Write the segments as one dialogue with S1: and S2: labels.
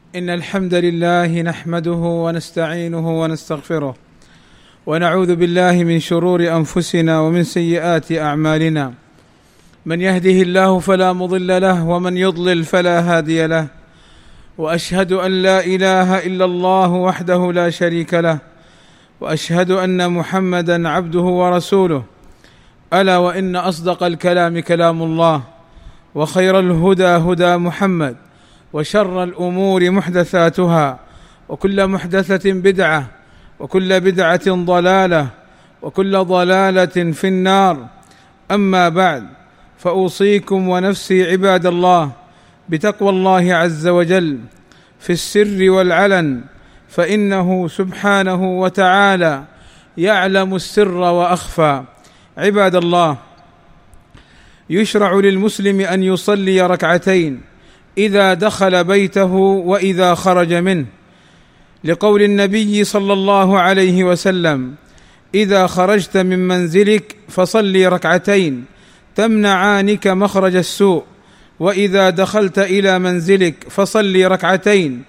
S1: إن الحمد لله نحمده ونستعينه ونستغفره ونعوذ بالله من شرور أنفسنا ومن سيئات أعمالنا. من يهده الله فلا مضل له ومن يضلل فلا هادي له، وأشهد أن لا إله إلا الله وحده لا شريك له، وأشهد أن محمدا عبده ورسوله. ألا وإن أصدق الكلام كلام الله، وخير الهدى هدى محمد، وشر الأمور محدثاتها، وكل محدثة بدعة، وكل بدعة ضلالة، وكل ضلالة في النار. أما بعد، فأوصيكم ونفسي عباد الله بتقوى الله عز وجل في السر والعلن، فإنه سبحانه وتعالى يعلم السر وأخفى. عباد الله، يشرع للمسلم أن يصلي ركعتين إذا دخل بيته وإذا خرج منه، لقول النبي صلى الله عليه وسلم: إذا خرجت من منزلك فصلي ركعتين تمنعانك مخرج السوء، وإذا دخلت إلى منزلك فصلي ركعتين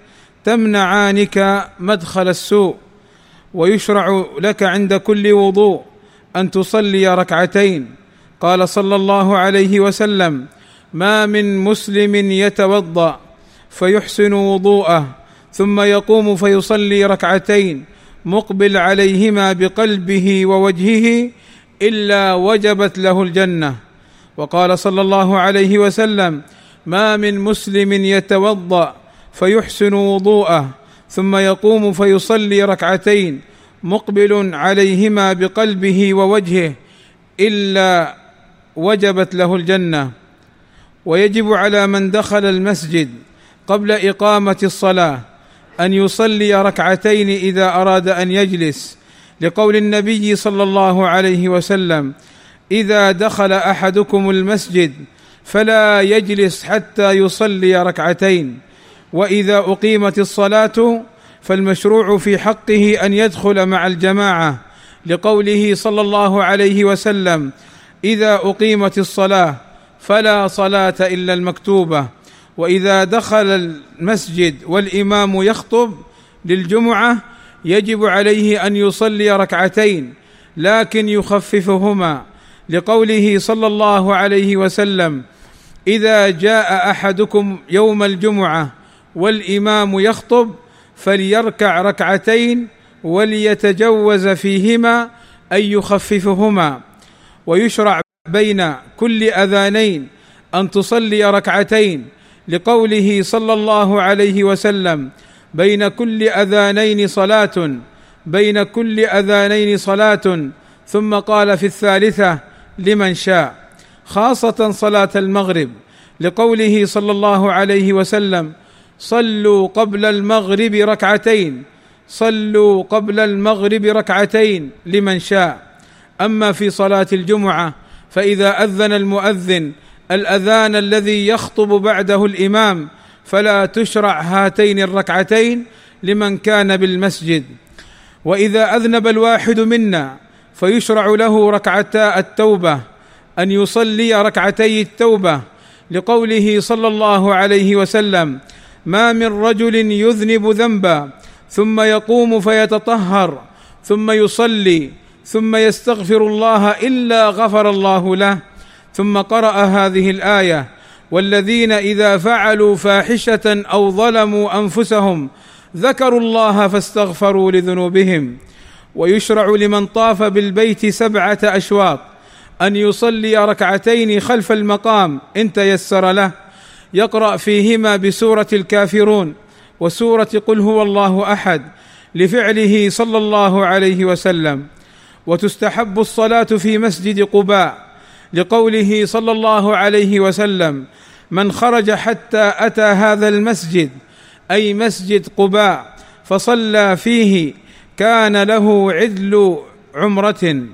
S1: تمنعانك مدخل السوء. ويشرع لك عند كل وضوء أن تصلي ركعتين. قال صلى الله عليه وسلم: ما من مسلم يتوضأ فيحسن وضوءه ثم يقوم فيصلي ركعتين مقبل عليهما بقلبه ووجهه إلا وجبت له الجنة. وقال صلى الله عليه وسلم: ما من مسلم يتوضأ فيحسن وضوءه ثم يقوم فيصلي ركعتين مقبل عليهما بقلبه ووجهه إلا وجبت له الجنة. ويجب على من دخل المسجد قبل إقامة الصلاة أن يصلي ركعتين إذا أراد أن يجلس، لقول النبي صلى الله عليه وسلم: إذا دخل أحدكم المسجد فلا يجلس حتى يصلي ركعتين. وإذا أقيمت الصلاة فالمشروع في حقه أن يدخل مع الجماعة، لقوله صلى الله عليه وسلم: إذا أقيمت الصلاة فلا صلاة إلا المكتوبة. وإذا دخل المسجد والإمام يخطب للجمعة يجب عليه أن يصلي ركعتين لكن يخففهما، لقوله صلى الله عليه وسلم: إذا جاء أحدكم يوم الجمعة والإمام يخطب فليركع ركعتين وليتجوز فيهما أي يخففهما. ويشرع بين كل أذانين أن تصلي ركعتين، لقوله صلى الله عليه وسلم: بين كل أذانين صلاة، بين كل أذانين صلاة. ثم قال في الثالثة: لمن شاء، خاصة صلاة المغرب، لقوله صلى الله عليه وسلم: صلوا قبل المغرب ركعتين، صلوا قبل المغرب ركعتين لمن شاء. أما في صلاة الجمعة فإذا أذن المؤذن الأذان الذي يخطب بعده الإمام فلا تشرع هاتين الركعتين لمن كان بالمسجد. وإذا أذنب الواحد منا فيشرع له ركعتا التوبة، أن يصلي ركعتي التوبة، لقوله صلى الله عليه وسلم: ما من رجل يذنب ذنبا ثم يقوم فيتطهر ثم يصلي ثم يستغفر الله إلا غفر الله له. ثم قرأ هذه الآية: والذين إذا فعلوا فاحشة أو ظلموا أنفسهم ذكروا الله فاستغفروا لذنوبهم. ويشرع لمن طاف بالبيت 7 أشواط أن يصلي ركعتين خلف المقام إن تيسر له، يقرأ فيهما بسورة الكافرون وسورة قل هو الله أحد، لفعله صلى الله عليه وسلم. وتستحب الصلاة في مسجد قباء، لقوله صلى الله عليه وسلم: من خرج حتى أتى هذا المسجد، أي مسجد قباء، فصلى فيه كان له عدل عمرة.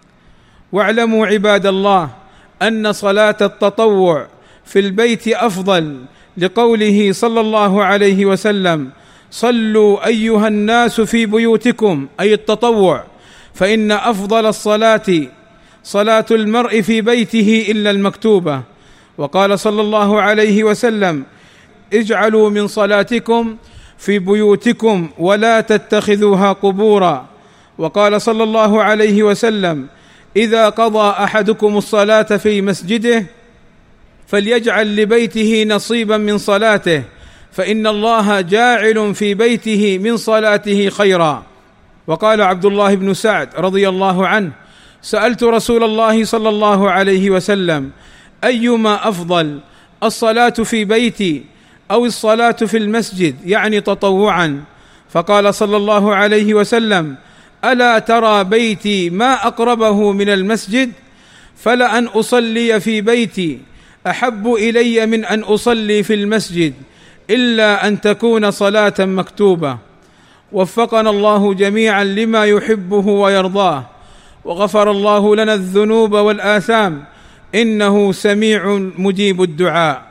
S1: واعلموا عباد الله أن صلاة التطوع في البيت أفضل، لقوله صلى الله عليه وسلم: صلوا أيها الناس في بيوتكم، أي التطوع، فإن أفضل الصلاة صلاة المرء في بيته إلا المكتوبة. وقال صلى الله عليه وسلم: اجعلوا من صلاتكم في بيوتكم ولا تتخذوها قبورا. وقال صلى الله عليه وسلم: إذا قضى أحدكم الصلاة في مسجده فليجعل لبيته نصيبا من صلاته، فإن الله جاعل في بيته من صلاته خيرا. وقال عبد الله بن سعد رضي الله عنه: سألت رسول الله صلى الله عليه وسلم: أيما أفضل، الصلاة في بيتي أو الصلاة في المسجد، يعني تطوعا؟ فقال صلى الله عليه وسلم: ألا ترى بيتي ما أقربه من المسجد؟ فلأن أصلي في بيتي أحب إلي من أن أصلي في المسجد، إلا أن تكون صلاة مكتوبة. وفقنا الله جميعا لما يحبه ويرضاه، وغفر الله لنا الذنوب والآثام، إنه سميع مجيب الدعاء.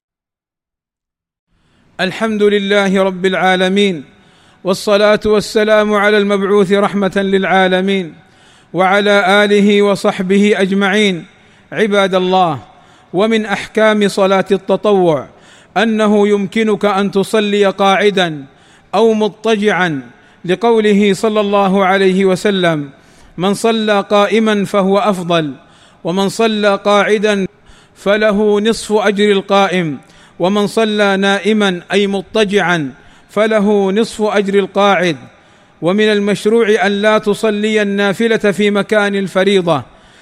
S1: الحمد لله رب العالمين، والصلاة والسلام على المبعوث رحمة للعالمين، وعلى آله وصحبه أجمعين. عباد الله، ومن أحكام صلاة التطوع أنه يمكنك أن تصلي قاعدا أو مضطجعا، لقوله صلى الله عليه وسلم: من صلى قائما فهو أفضل، ومن صلى قاعدا فله نصف أجر القائم، ومن صلى نائما أي مضطجعا فله نصف أجر القاعد. ومن المشروع أن لا تصلي النافلة في مكان الفريضة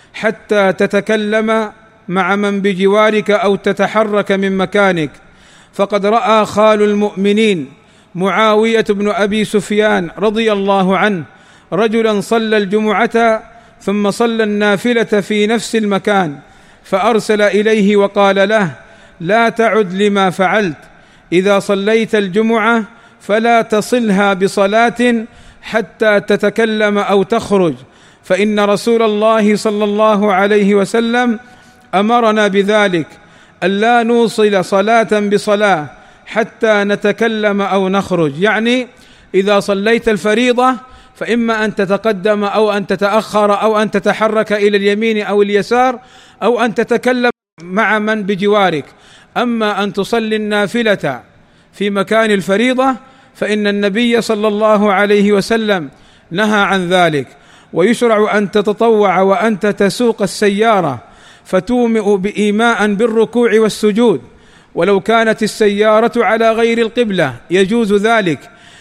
S1: حتى تتكلم مع من بجوارك أو تتحرك من مكانك، فقد رأى خال المؤمنين معاوية بن أبي سفيان رضي الله عنه رجلا صلى الجمعة ثم صلى النافلة في نفس المكان، فأرسل إليه وقال له: لا تعد لما فعلت، إذا صليت الجمعة فلا تصلها بصلاة حتى تتكلم أو تخرج، فإن رسول الله صلى الله عليه وسلم أمرنا بذلك، ألا نوصل صلاة بصلاة حتى نتكلم أو نخرج. يعني إذا صليت الفريضة فإما أن تتقدم أو أن تتأخر أو أن تتحرك إلى اليمين أو اليسار أو أن تتكلم مع من بجوارك. أما أن تصلي النافلة في مكان الفريضة فإن النبي صلى الله عليه وسلم نهى عن ذلك. ويشرع أن تتطوع وأنت تسوق السيارة فتومئ بإيماء بالركوع والسجود، ولو كانت السيارة على غير القبلة يجوز ذلك،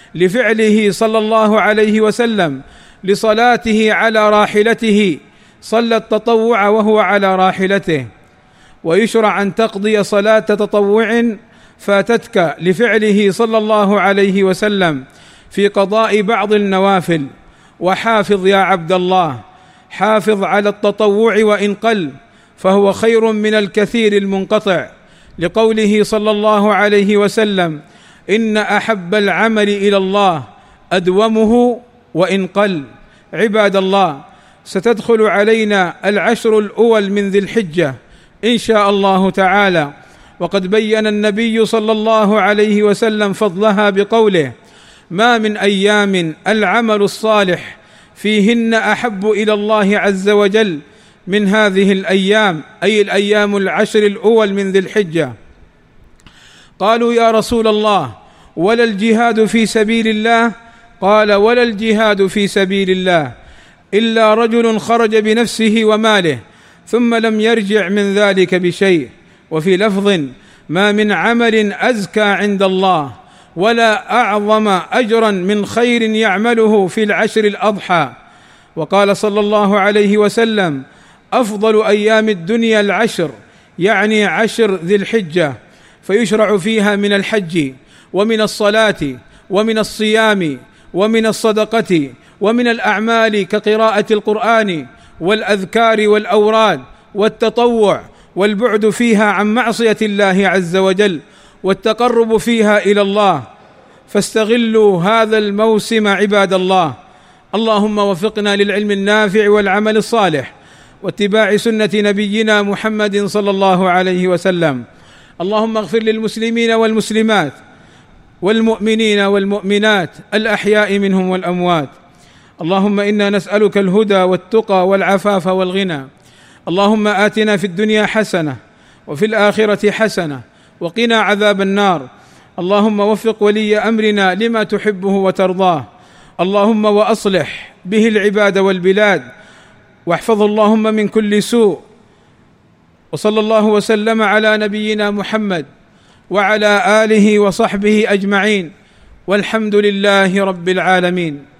S1: لفعله صلى الله عليه وسلم لصلاته على راحلته، صلى التطوع وهو على راحلته. ويشرع أن تقضي صلاة تطوع فاتتك، لفعله صلى الله عليه وسلم في قضاء بعض النوافل. وحافظ يا عبد الله، حافظ على التطوع وإن قل، فهو خير من الكثير المنقطع، لقوله صلى الله عليه وسلم: إن أحب العمل إلى الله أدومه وإن قل. عباد الله، ستدخل علينا العشر الأول من ذي الحجة إن شاء الله تعالى، وقد بين النبي صلى الله عليه وسلم فضلها بقوله: ما من أيام العمل الصالح فيهن أحب إلى الله عز وجل من هذه الأيام، أي الأيام العشر الأول من ذي الحجة. قالوا: يا رسول الله، ولا الجهاد في سبيل الله؟ قال: ولا الجهاد في سبيل الله إلا رجل خرج بنفسه وماله ثم لم يرجع من ذلك بشيء. وفي لفظ: ما من عمل أزكى عند الله ولا أعظم أجرا من خير يعمله في العشر الأضحى. وقال صلى الله عليه وسلم: أفضل أيام الدنيا العشر، يعني عشر ذي الحجة، فيشرع فيها من الحج ومن الصلاة ومن الصيام ومن الصدقة ومن الأعمال كقراءة القرآن والأذكار والأوراد والتطوع، والبعد فيها عن معصية الله عز وجل والتقرب فيها إلى الله. فاستغلوا هذا الموسم عباد الله. اللهم وفقنا للعلم النافع والعمل الصالح واتباع سنة نبينا محمد صلى الله عليه وسلم. اللهم اغفر للمسلمين والمسلمات والمؤمنين والمؤمنات الأحياء منهم والأموات. اللهم إنا نسألك الهدى والتقى والعفاف والغنى. اللهم آتنا في الدنيا حسنة وفي الآخرة حسنة وقنا عذاب النار. اللهم وفق ولي امرنا لما تحبه وترضاه، اللهم واصلح به العباد والبلاد، واحفظه اللهم من كل سوء. وصلى الله وسلم على نبينا محمد وعلى اله وصحبه اجمعين، والحمد لله رب العالمين.